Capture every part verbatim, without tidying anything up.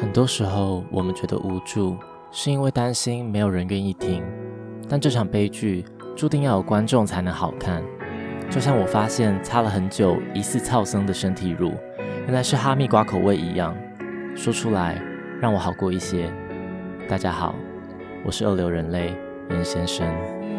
很多时候我们觉得无助，是因为担心没有人愿意听，但这场悲剧注定要有观众才能好看。就像我发现擦了很久疑似草僧的身体乳，原来是哈密瓜口味一样，说出来让我好过一些。大家好，我是二流人类严先生。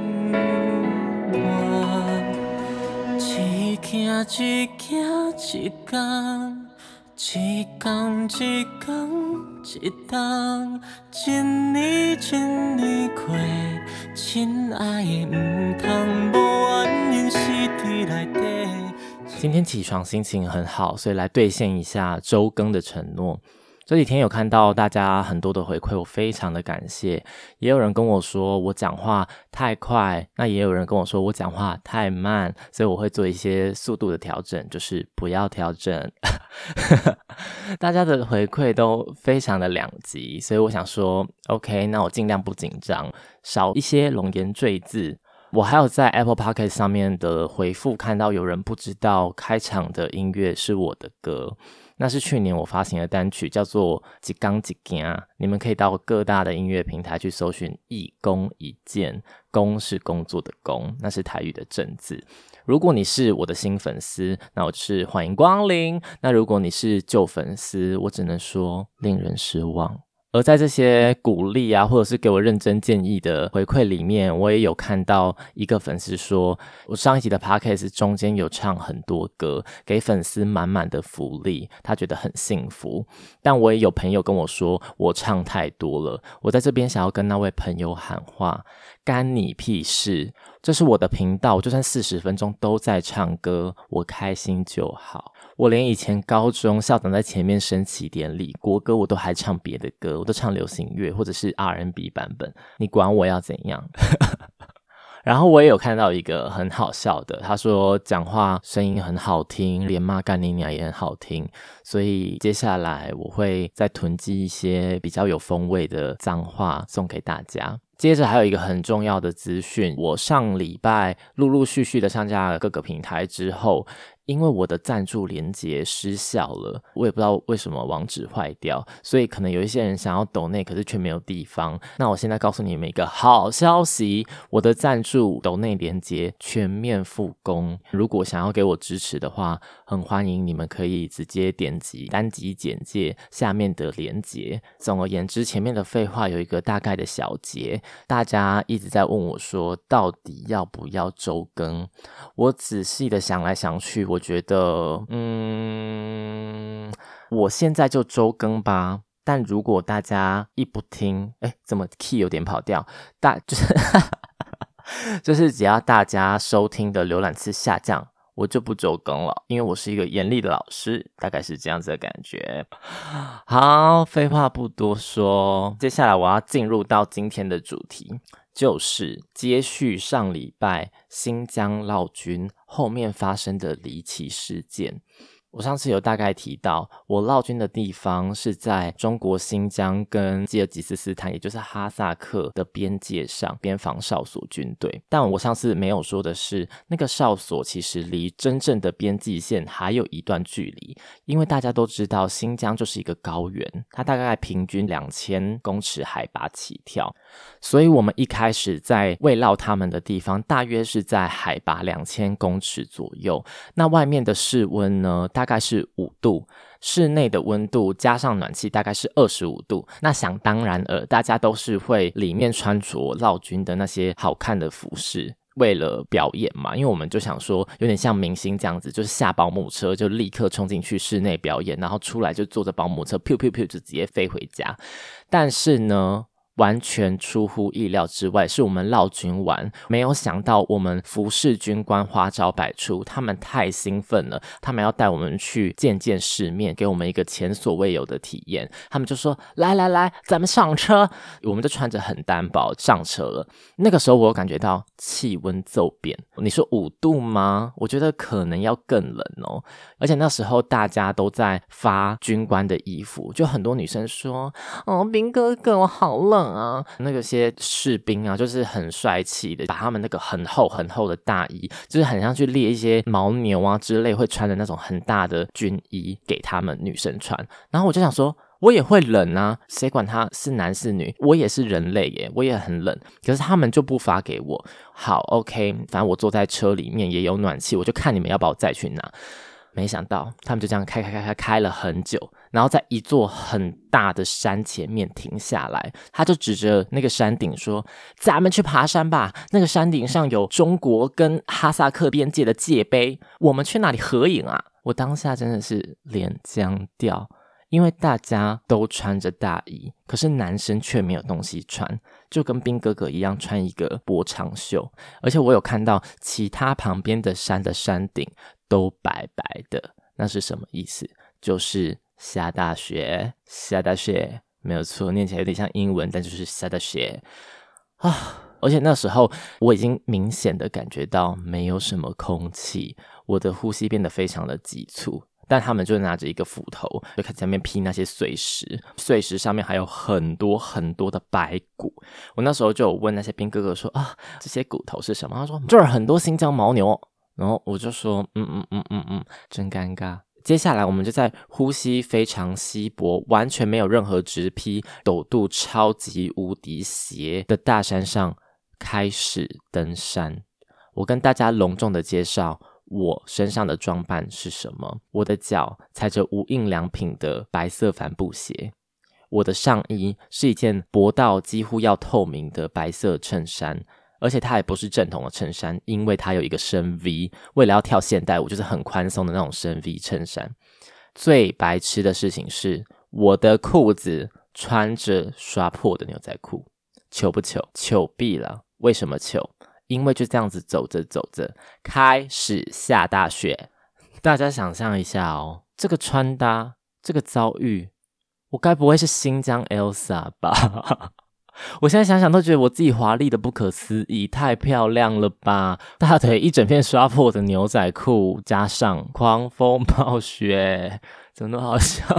一行一行一天，一天一天一冬，一年一年过，亲爱的不通无原因死伫内底。 今天起床心情很好，所以来兑现一下周更的承诺。这几天有看到大家很多的回馈，我非常的感谢。也有人跟我说我讲话太快，那也有人跟我说我讲话太慢，所以我会做一些速度的调整，就是不要调整。大家的回馈都非常的两极，所以我想说 OK， 那我尽量不紧张，少一些冗言赘字。我还有在 Apple Podcast 上面的回复看到有人不知道开场的音乐是我的歌，那是去年我发行的单曲，叫做一天一件。你们可以到各大的音乐平台去搜寻一工一件，工是工作的工，那是台语的正字。如果你是我的新粉丝，那我是欢迎光临，那如果你是旧粉丝，我只能说令人失望。而在这些鼓励啊，或者是给我认真建议的回馈里面，我也有看到一个粉丝说，我上一集的 podcast 中间有唱很多歌，给粉丝满满的福利，他觉得很幸福。但我也有朋友跟我说，我唱太多了。我在这边想要跟那位朋友喊话，干你屁事！这是我的频道，就算四十分钟都在唱歌，我开心就好。我连以前高中校长在前面升旗典礼，国歌我都还唱别的歌，我都唱流行乐或者是 R and B 版本，你管我要怎样？然后我也有看到一个很好笑的，他说讲话声音很好听，连骂干你娘也很好听，所以接下来我会再囤积一些比较有风味的脏话送给大家。接着还有一个很重要的资讯，我上礼拜陆陆续续的上架了各个平台之后，因为我的赞助连结失效了，我也不知道为什么网址坏掉，所以可能有一些人想要抖内，可是却没有地方。那我现在告诉你们一个好消息，我的赞助抖内连结全面复工。如果想要给我支持的话，很欢迎你们可以直接点击单集简介下面的连结。总而言之，前面的废话有一个大概的小结，大家一直在问我说到底要不要周更。我仔细的想来想去，我觉得嗯，我现在就周更吧。但如果大家一不听，诶怎么 key 有点跑掉，大就是就是只要大家收听的浏览次下降，我就不周更了，因为我是一个严厉的老师，大概是这样子的感觉。好，废话不多说，接下来我要进入到今天的主题，就是接续上礼拜新疆烙军后面发生的离奇事件。我上次有大概提到，我烙军的地方是在中国新疆跟吉尔吉斯斯坦，也就是哈萨克的边界上，边防哨所军队。但我上次没有说的是，那个哨所其实离真正的边际线还有一段距离，因为大家都知道新疆就是一个高原，它大概平均两千公尺海拔起跳，所以我们一开始在慰烙他们的地方，大约是在海拔两千公尺左右。那外面的室温呢，大概是五度，室内的温度加上暖气大概是二十五度。那想当然尔，大家都是会里面穿着烙军的那些好看的服饰，为了表演嘛，因为我们就想说有点像明星这样子，就是下保姆车就立刻冲进去室内表演，然后出来就坐着保姆车 pew pew pew 就直接飞回家。但是呢完全出乎意料之外，是我们烙军完，没有想到我们服侍军官花招百出，他们太兴奋了，他们要带我们去见见世面，给我们一个前所未有的体验。他们就说来来来，咱们上车，我们就穿着很单薄上车了。那个时候我有感觉到气温骤变，你说五度吗？我觉得可能要更冷哦。而且那时候大家都在发军官的衣服，就很多女生说哦，兵哥哥我好冷啊，那个些士兵啊就是很帅气的，把他们那个很厚很厚的大衣，就是很像去猎一些牦牛啊之类会穿的那种很大的军衣给他们女生穿。然后我就想说我也会冷啊，谁管他是男是女，我也是人类耶，我也很冷，可是他们就不发给我。好 OK， 反正我坐在车里面也有暖气，我就看你们要把我载去哪。没想到他们就这样开开开开开了很久，然后在一座很大的山前面停下来，他就指着那个山顶说，咱们去爬山吧，那个山顶上有中国跟哈萨克边界的界碑，我们去那里合影啊。我当下真的是脸僵掉，因为大家都穿着大衣，可是男生却没有东西穿，就跟兵哥哥一样穿一个薄长袖，而且我有看到其他旁边的山的山顶都白白的，那是什么意思？就是下大雪，下大雪，没有错，念起来有点像英文，但就是下大雪啊！而且那时候我已经明显的感觉到没有什么空气，我的呼吸变得非常的急促，但他们就拿着一个斧头就开始在那边劈那些碎石，碎石上面还有很多很多的白骨。我那时候就有问那些兵哥哥说啊，这些骨头是什么？他说这儿很多新疆牦牛。然后我就说嗯嗯嗯嗯嗯，真尴尬。接下来我们就在呼吸非常稀薄，完全没有任何直劈，陡度超级无敌斜的大山上开始登山。我跟大家隆重的介绍我身上的装扮是什么。我的脚踩着无印良品的白色帆布鞋，我的上衣是一件薄到几乎要透明的白色衬衫，而且它也不是正统的衬衫，因为它有一个深 V， 为了要跳现代舞就是很宽松的那种深 V 衬衫。最白痴的事情是我的裤子穿着刷破的牛仔裤，糗不糗？糗毙了。为什么糗？因为就这样子走着走着开始下大雪。大家想象一下哦，这个穿搭，这个遭遇，我该不会是新疆 Elsa 吧？我现在想想都觉得我自己华丽的不可思议，太漂亮了吧！大腿一整片刷破的牛仔裤，加上狂风暴雪，怎么那么好笑？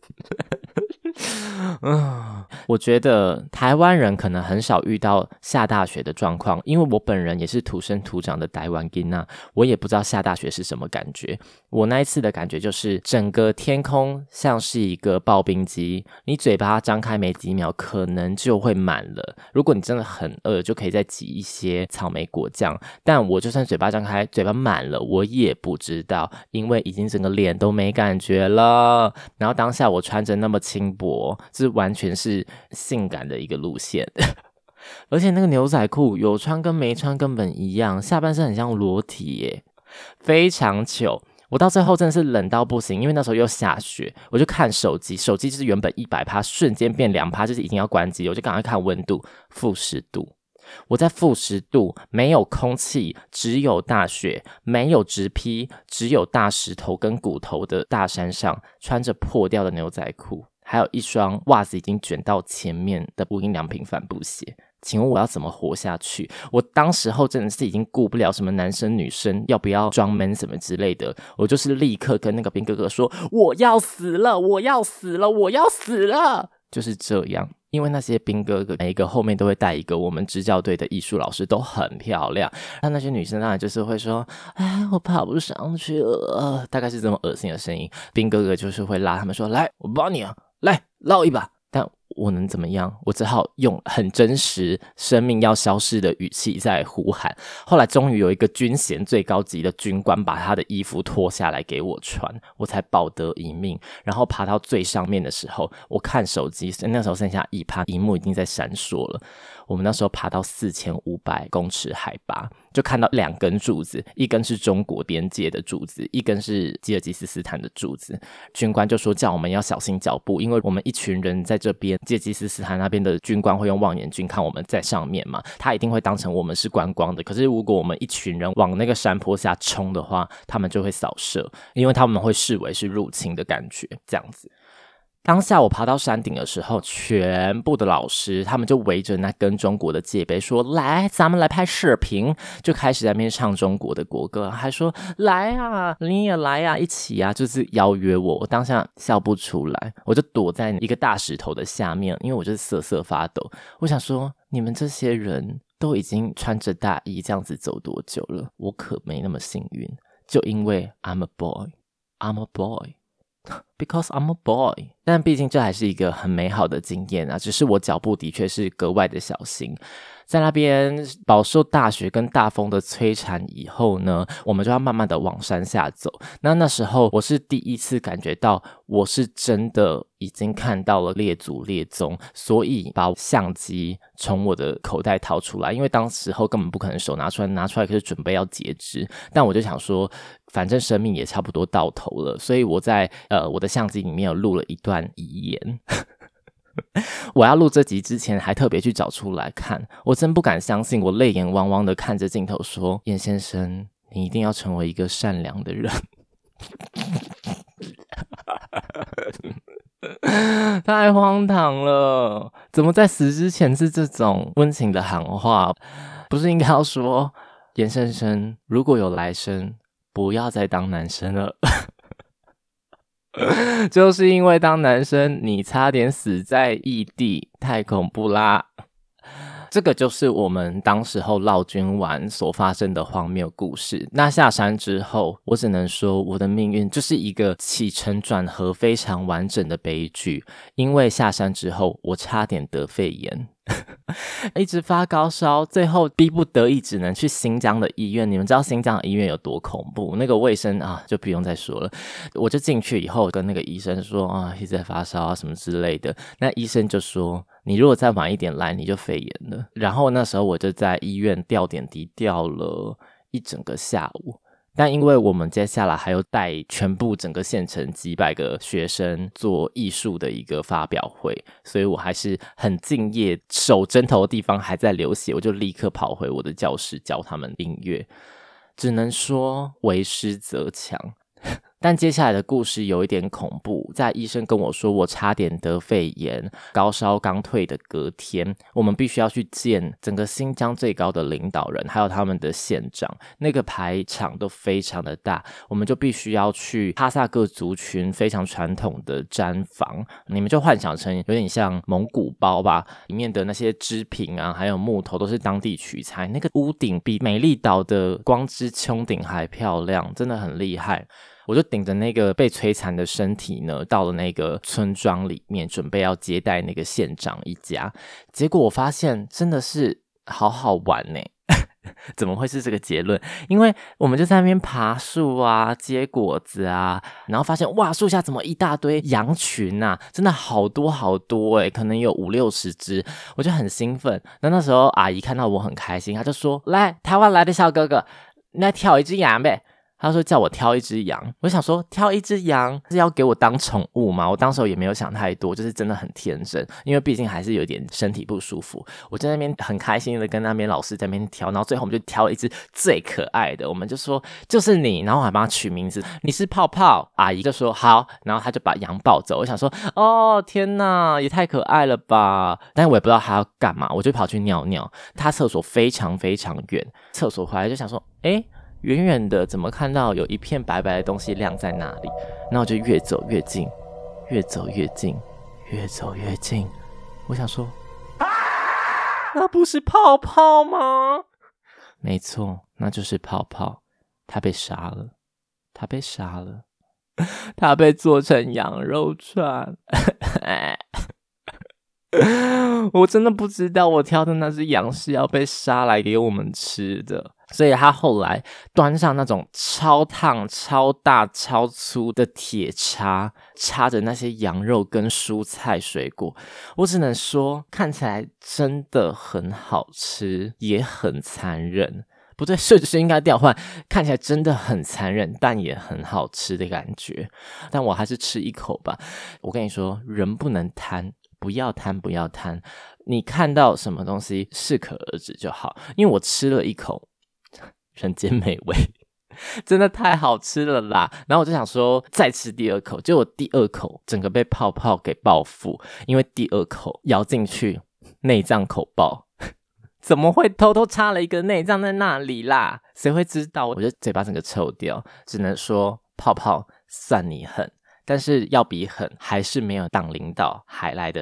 嗯，我觉得台湾人可能很少遇到下大雪的状况，因为我本人也是土生土长的台湾囡仔，我也不知道下大雪是什么感觉。我那一次的感觉就是整个天空像是一个刨冰机，你嘴巴张开没几秒可能就会满了，如果你真的很饿就可以再挤一些草莓果酱，但我就算嘴巴张开嘴巴满了我也不知道，因为已经整个脸都没感觉了。然后当下我穿着那么轻薄，这完全是性感的一个路线而且那个牛仔裤有穿跟没穿根本一样，下半身很像裸体耶，非常糗。我到最后真的是冷到不行，因为那时候又下雪，我就看手机，手机就是原本 百分之百 瞬间变 百分之二， 就是已经要关机，我就赶快看温度，负十度。我在负十度，没有空气，只有大雪，没有直劈，只有大石头跟骨头的大山上，穿着破掉的牛仔裤，还有一双袜子已经卷到前面的无印良品帆布鞋。请问我要怎么活下去？我当时候真的是已经顾不了什么男生女生要不要装 man 什么之类的，我就是立刻跟那个兵哥哥说我要死了，我要死了，我要死了，就是这样。因为那些兵哥哥每一个后面都会带一个我们支教队的艺术老师，都很漂亮，那那些女生当然就是会说哎，我爬不上去了，大概是这么恶心的声音。兵哥哥就是会拉他们说来，我帮你啊，来捞一把，但我能怎么样？我只好用很真实生命要消失的语气在呼喊。后来终于有一个军衔最高级的军官把他的衣服脱下来给我穿，我才保得一命。然后爬到最上面的时候，我看手机，那时候剩下一趴，萤幕已经在闪烁了。我们那时候爬到四千五百公尺海拔，就看到两根柱子，一根是中国边界的柱子，一根是吉尔吉斯斯坦的柱子。军官就说叫我们要小心脚步，因为我们一群人在这边，吉尔吉斯斯坦那边的军官会用望远镜看我们在上面嘛，他一定会当成我们是观光的。可是如果我们一群人往那个山坡下冲的话，他们就会扫射，因为他们会视为是入侵的感觉，这样子。当下我爬到山顶的时候，全部的老师他们就围着那根中国的界碑说来咱们来拍视频，就开始在那边唱中国的国歌，还说来啊你也来啊一起啊，就是邀约我。我当下笑不出来，我就躲在一个大石头的下面，因为我就是瑟瑟发抖。我想说你们这些人都已经穿着大衣这样子走多久了，我可没那么幸运，就因为 I'm a boy I'm a boy Because I'm a boy， 但毕竟这还是一个很美好的经验啊，只是我脚步的确是格外的小心。在那边饱受大雪跟大风的摧残以后呢，我们就要慢慢的往山下走。那那时候我是第一次感觉到我是真的已经看到了列祖列宗，所以把相机从我的口袋掏出来，因为当时候根本不可能手拿出来，拿出来可是准备要截肢，但我就想说反正生命也差不多到头了，所以我在呃我的相机里面有录了一段遗言。我要录这集之前还特别去找出来看，我真不敢相信，我泪眼汪汪的看着镜头说，严先生，你一定要成为一个善良的人。太荒唐了，怎么在死之前是这种温情的喊话？不是应该要说，严先生，如果有来生，不要再当男生了。就是因为当男生你差点死在异地，太恐怖啦。这个就是我们当时候绕军玩所发生的荒谬故事。那下山之后，我只能说我的命运就是一个起承转合非常完整的悲剧。因为下山之后，我差点得肺炎。一直发高烧，最后逼不得已只能去新疆的医院。你们知道新疆的医院有多恐怖，那个卫生啊就不用再说了。我就进去以后跟那个医生说啊，一直在发烧啊什么之类的，那医生就说你如果再晚一点来你就肺炎了。然后那时候我就在医院吊点滴吊了一整个下午，但因为我们接下来还有带全部整个县城几百个学生做艺术的一个发表会，所以我还是很敬业，手针头的地方还在流血，我就立刻跑回我的教室教他们音乐。只能说为师则强。但接下来的故事有一点恐怖，在医生跟我说我差点得肺炎，高烧刚退的隔天，我们必须要去见整个新疆最高的领导人，还有他们的县长，那个排场都非常的大，我们就必须要去哈萨克族群非常传统的毡房，你们就幻想成有点像蒙古包吧，里面的那些织品啊，还有木头都是当地取材，那个屋顶比美丽岛的光之穹顶还漂亮，真的很厉害。我就顶着那个被摧残的身体呢，到了那个村庄里面，准备要接待那个县长一家。结果我发现真的是好好玩呢。怎么会是这个结论？因为我们就在那边爬树啊，结果子啊，然后发现哇，树下怎么一大堆羊群啊，真的好多好多耶，可能有五六十只，我就很兴奋。那那时候阿姨看到我很开心，她就说，来，台湾来的小哥哥，你来挑一只羊呗。他说叫我挑一只羊，我想说挑一只羊是要给我当宠物吗？我当时也没有想太多，就是真的很天真，因为毕竟还是有点身体不舒服。我在那边很开心的跟那边老师在那边挑，然后最后我们就挑了一只最可爱的，我们就说就是你，然后我还帮他取名字，你是泡泡。阿姨就说好，然后他就把羊抱走。我想说哦天哪，也太可爱了吧！但是我也不知道他要干嘛，我就跑去尿尿。他厕所非常非常远，厕所回来就想说诶远远的怎么看到有一片白白的东西亮在那里，那我就越走越近，越走越近，越走越近。我想说啊，那不是泡泡吗？没错，那就是泡泡。他被杀了，他被杀了，他被做成羊肉串。我真的不知道我挑的那只羊是要被杀来给我们吃的，所以他后来端上那种超烫超大超粗的铁叉，插着那些羊肉跟蔬菜水果，我只能说看起来真的很好吃，也很残忍，不对，顺序应该调换，看起来真的很残忍但也很好吃的感觉，但我还是吃一口吧。我跟你说，人不能贪，不要贪不要贪，你看到什么东西适可而止就好。因为我吃了一口，人间美味，真的太好吃了啦。然后我就想说再吃第二口，结果第二口整个被泡泡给报复，因为第二口咬进去内脏口爆。怎么会偷偷插了一个内脏在那里啦？谁会知道？我就嘴巴整个臭掉，只能说泡泡算你狠，但是要比狠还是没有党领导还来得狠。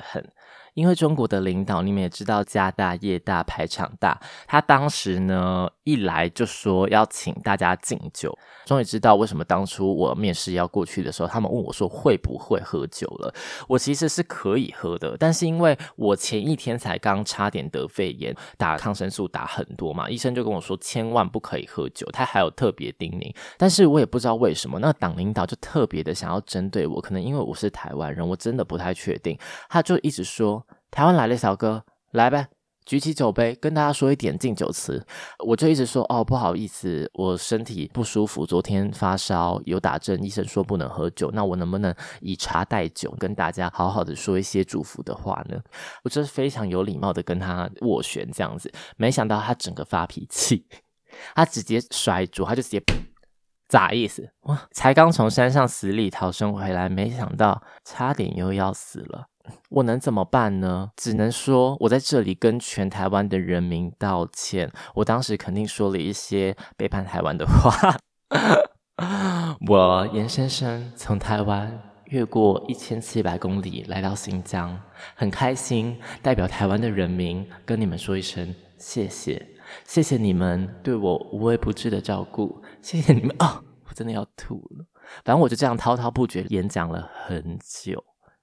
因为中国的领导你们也知道家大业大排场大，他当时呢一来就说要请大家敬酒，终于知道为什么当初我面试要过去的时候他们问我说会不会喝酒了。我其实是可以喝的，但是因为我前一天才刚差点得肺炎，打抗生素打很多嘛，医生就跟我说千万不可以喝酒，他还有特别叮咛，但是我也不知道为什么那党领导就特别的想要针对我，可能因为我是台湾人，我真的不太确定，他就一直说台湾来了小哥来呗，举起酒杯跟大家说一点敬酒词。我就一直说哦不好意思，我身体不舒服，昨天发烧有打针，医生说不能喝酒，那我能不能以茶代酒跟大家好好的说一些祝福的话呢？我就是非常有礼貌的跟他斡旋这样子，没想到他整个发脾气，他直接摔桌，他就直接咋意思？哇！才刚从山上死里逃生回来，没想到差点又要死了。我能怎么办呢？只能说我在这里跟全台湾的人民道歉，我当时肯定说了一些背叛台湾的话。我严先生从台湾越过一千七百公里来到新疆，很开心代表台湾的人民跟你们说一声谢谢，谢谢你们对我无微不至的照顾，谢谢你们哦，我真的要吐了。反正我就这样滔滔不绝演讲了很久。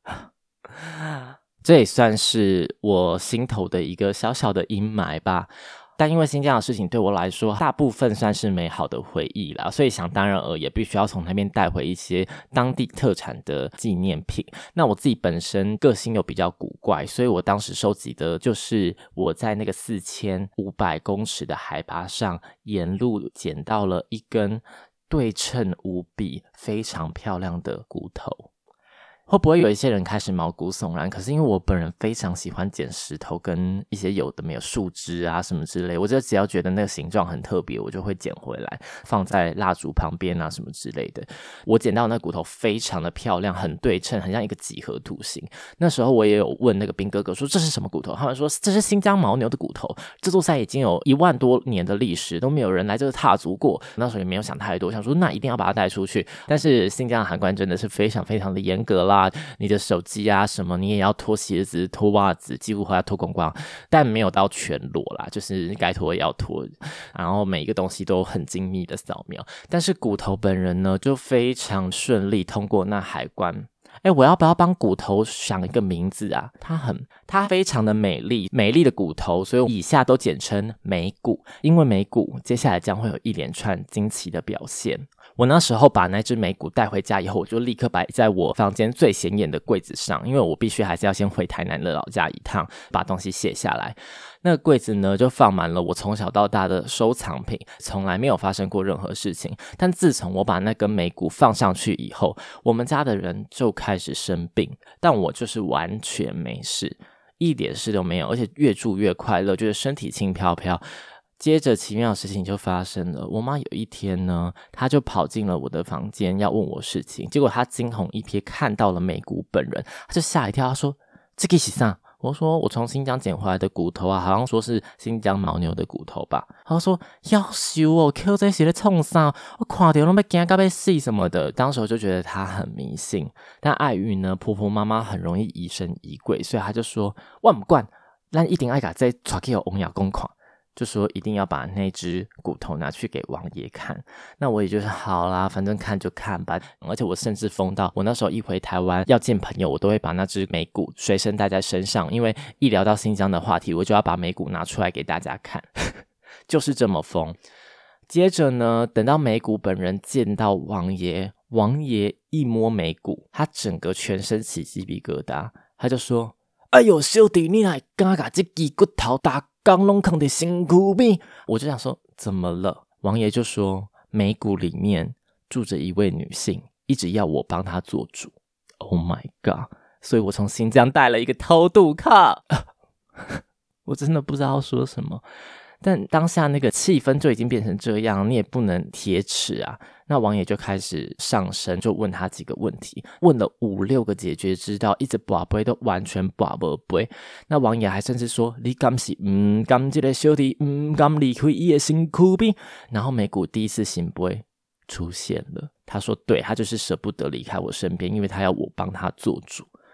这也算是我心头的一个小小的阴霾吧，但因为新疆的事情对我来说大部分算是美好的回忆啦，所以想当然尔也必须要从那边带回一些当地特产的纪念品。那我自己本身个性又比较古怪，所以我当时收集的就是我在那个四千五百公尺的海拔上沿路捡到了一根对称无比非常漂亮的骨头。会不会有一些人开始毛骨悚然？可是因为我本人非常喜欢捡石头跟一些有的没有树枝啊什么之类，我就只要觉得那个形状很特别，我就会捡回来放在蜡烛旁边啊什么之类的。我捡到那骨头非常的漂亮，很对称，很像一个几何图形。那时候我也有问那个兵哥哥说这是什么骨头，他们说这是新疆牦牛的骨头，这座山已经有一万多年的历史，都没有人来这踏足过。那时候也没有想太多，想说那一定要把它带出去。但是新疆的海关真的是非常非常的严格啦，你的手机啊什么你也要脱鞋子脱袜子，几乎会要脱光光，但没有到全裸啦，就是该脱也要脱，然后每一个东西都很精密的扫描。但是骨头本人呢就非常顺利通过那海关。诶，我要不要帮骨头想一个名字啊？它很它非常的美丽，美丽的骨头，所以以下都简称美骨。因为美骨接下来将会有一连串惊奇的表现。我那时候把那只美骨带回家以后，我就立刻摆在我房间最显眼的柜子上，因为我必须还是要先回台南的老家一趟，把东西卸下来。那个柜子呢就放满了我从小到大的收藏品，从来没有发生过任何事情。但自从我把那根美骨放上去以后，我们家的人就开始生病，但我就是完全没事，一点事都没有，而且越住越快乐，就是身体轻飘飘。接着奇妙的事情就发生了，我妈有一天呢，她就跑进了我的房间要问我事情，结果她惊鸿一瞥看到了美骨本人，她就吓一跳，她说这个是啥？我说我从新疆捡回来的骨头啊，好像说是新疆牦牛的骨头吧。他说要羞哦，扣这些在冲啥？我看到都要惊到要死什么的。当时我就觉得他很迷信，但碍于呢婆婆妈妈很容易疑神疑鬼，所以他就说我不管，咱一定要把这带去王爷公看。就说一定要把那只骨头拿去给王爷看，那我也就是好啦，反正看就看吧。而且我甚至疯到我那时候一回台湾要见朋友，我都会把那只美骨随身带在身上，因为一聊到新疆的话题，我就要把美骨拿出来给大家看。就是这么疯。接着呢，等到美骨本人见到王爷，王爷一摸美骨，他整个全身起鸡皮疙瘩，他就说哎呦小弟你还敢把这支骨头打刚拢放在身躯边。我就想说怎么了？王爷就说美骨里面住着一位女性，一直要我帮她做主。 Oh my god， 所以我从新疆带了一个偷渡客。我真的不知道说什么，但当下那个气氛就已经变成这样，你也不能铁齿啊。那王爷就开始上身，就问他几个问题，问了五六个解决之道，一直跋杯都完全跋不杯。那王爷还甚至说你敢是不甘这个小弟不甘离开他的身躯边。然后美骨第一次醒杯出现了，他说对，他就是舍不得离开我身边，因为他要我帮他做主。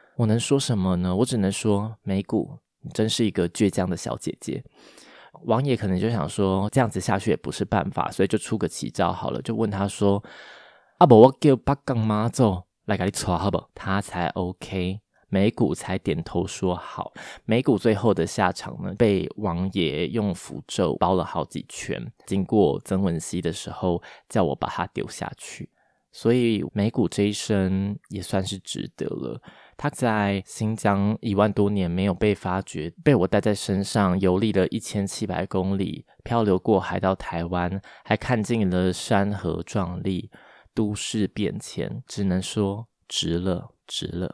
我能说什么呢？我只能说美股你真是一个倔强的小姐姐。王爷可能就想说这样子下去也不是办法，所以就出个奇招好了，就问他说啊不我叫北港妈祖来给你带好不好，他才 OK， 美股才点头说好。美股最后的下场呢，被王爷用符咒包了好几圈，经过曾文熙的时候叫我把它丢下去，所以美股这一生也算是值得了。他在新疆一万多年没有被发掘，被我带在身上游历了一千七百公里，漂流过海到台湾，还看尽了山河壮丽，都市变迁，只能说值了值了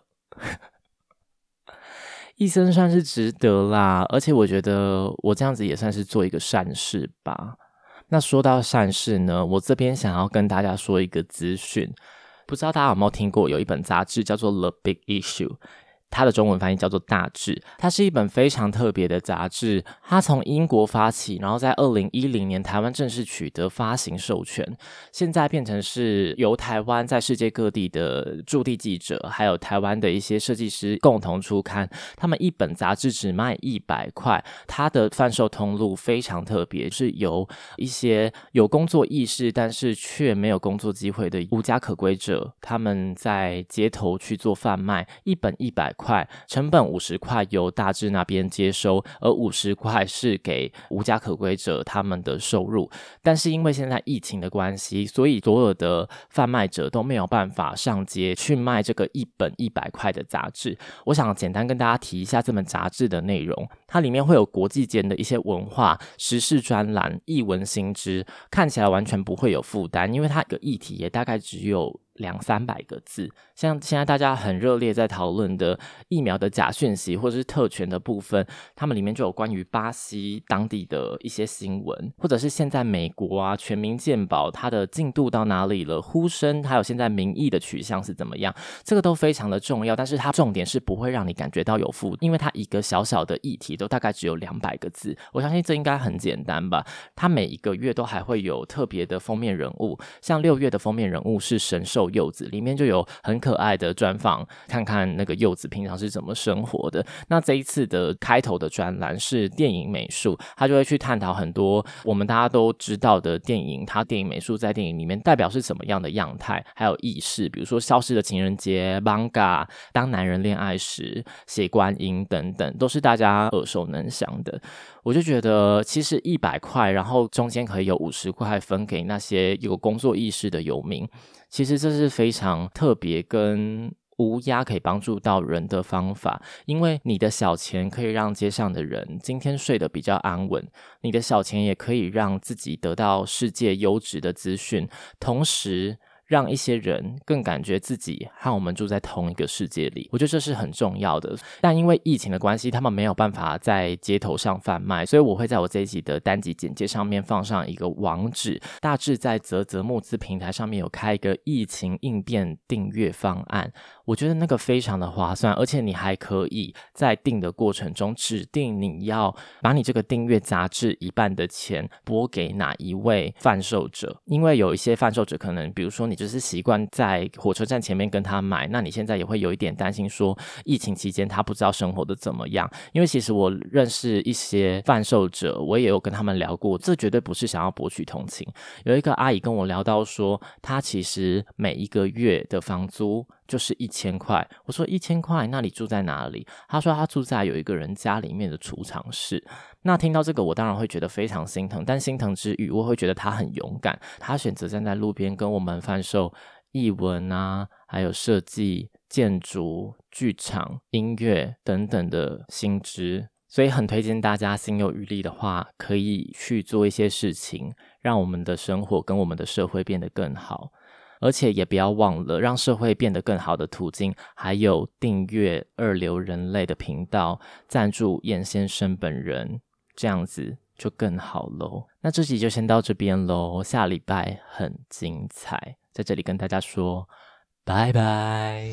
一生算是值得啦，而且我觉得我这样子也算是做一个善事吧。那说到善事呢，我这边想要跟大家说一个资讯，不知道大家有没有听过，有一本杂志叫做 The Big Issue， 它的中文翻译叫做大志。它是一本非常特别的杂志，它从英国发起，然后在二零一零年台湾正式取得发行授权，现在变成是由台湾在世界各地的驻地记者还有台湾的一些设计师共同出刊，他们一本杂志只卖一百块，它的贩售通路非常特别，是由一些有工作意识但是却没有工作机会的无家可归者，他们在街头去做贩卖，一本一百块，成本五十块由大志那边接收，而五十块是给无家可归者他们的收入。但是因为现在疫情的关系，所以所有的贩卖者都没有办法上街去卖这个一本一百块的杂志。我想简单跟大家提一下这本杂志的内容，它里面会有国际间的一些文化、时事专栏、艺文新知，看起来完全不会有负担，因为它的议题也大概只有两三百个字，像现在大家很热烈在讨论的疫苗的假讯息或者是特权的部分，他们里面就有关于巴西当地的一些新闻，或者是现在美国啊全民健保它的进度到哪里了，呼声还有现在民意的取向是怎么样，这个都非常的重要，但是它重点是不会让你感觉到有负，因为它一个小小的议题都大概只有两百个字，我相信这应该很简单吧。它每一个月都还会有特别的封面人物，像六月的封面人物是神兽柚子，里面就有很可爱的专访，看看那个柚子平常是怎么生活的。那这一次的开头的专栏是电影美术，他就会去探讨很多我们大家都知道的电影，它电影美术在电影里面代表是什么样的样态，还有意识，比如说消失的情人节、Manga、当男人恋爱时、血观音等等，都是大家耳熟能详的。我就觉得其实一百块，然后中间可以有五十块分给那些有工作意识的游民，其实这是非常特别跟无压可以帮助到人的方法，因为你的小钱可以让街上的人今天睡得比较安稳，你的小钱也可以让自己得到世界优质的资讯，同时让一些人更感觉自己和我们住在同一个世界里，我觉得这是很重要的。但因为疫情的关系，他们没有办法在街头上贩卖，所以我会在我这一集的单集简介上面放上一个网址，大致在嘖嘖募资平台上面有开一个疫情应变订阅方案，我觉得那个非常的划算，而且你还可以在订的过程中指定你要把你这个订阅杂志一半的钱拨给哪一位贩售者，因为有一些贩售者可能比如说你就是习惯在火车站前面跟他买，那你现在也会有一点担心说疫情期间他不知道生活的怎么样，因为其实我认识一些贩售者，我也有跟他们聊过，这绝对不是想要博取同情。有一个阿姨跟我聊到说，她其实每一个月的房租就是一千块，我说一千块，那你住在哪里？她说她住在有一个人家里面的储藏室。那听到这个我当然会觉得非常心疼，但心疼之余我会觉得她很勇敢，她选择站在路边跟我们贩售艺文啊，还有设计、建筑、剧场、音乐等等的新知，所以很推荐大家心有余力的话可以去做一些事情，让我们的生活跟我们的社会变得更好。而且也不要忘了，让社会变得更好的途径还有订阅二流人类的频道，赞助严先生本人，这样子就更好咯。那这集就先到这边咯，下礼拜很精彩，在这里跟大家说拜拜。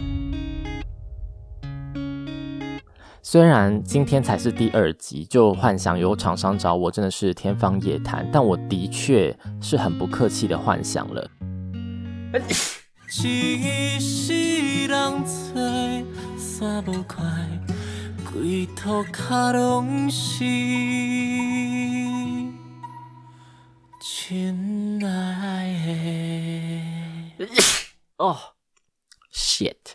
虽然今天才是第二集，就幻想有厂商找我真的是天方夜谭，但我的确是很不客气的幻想了。一世人山无快，规涂骹拢是亲爱的。 哦 ，shit。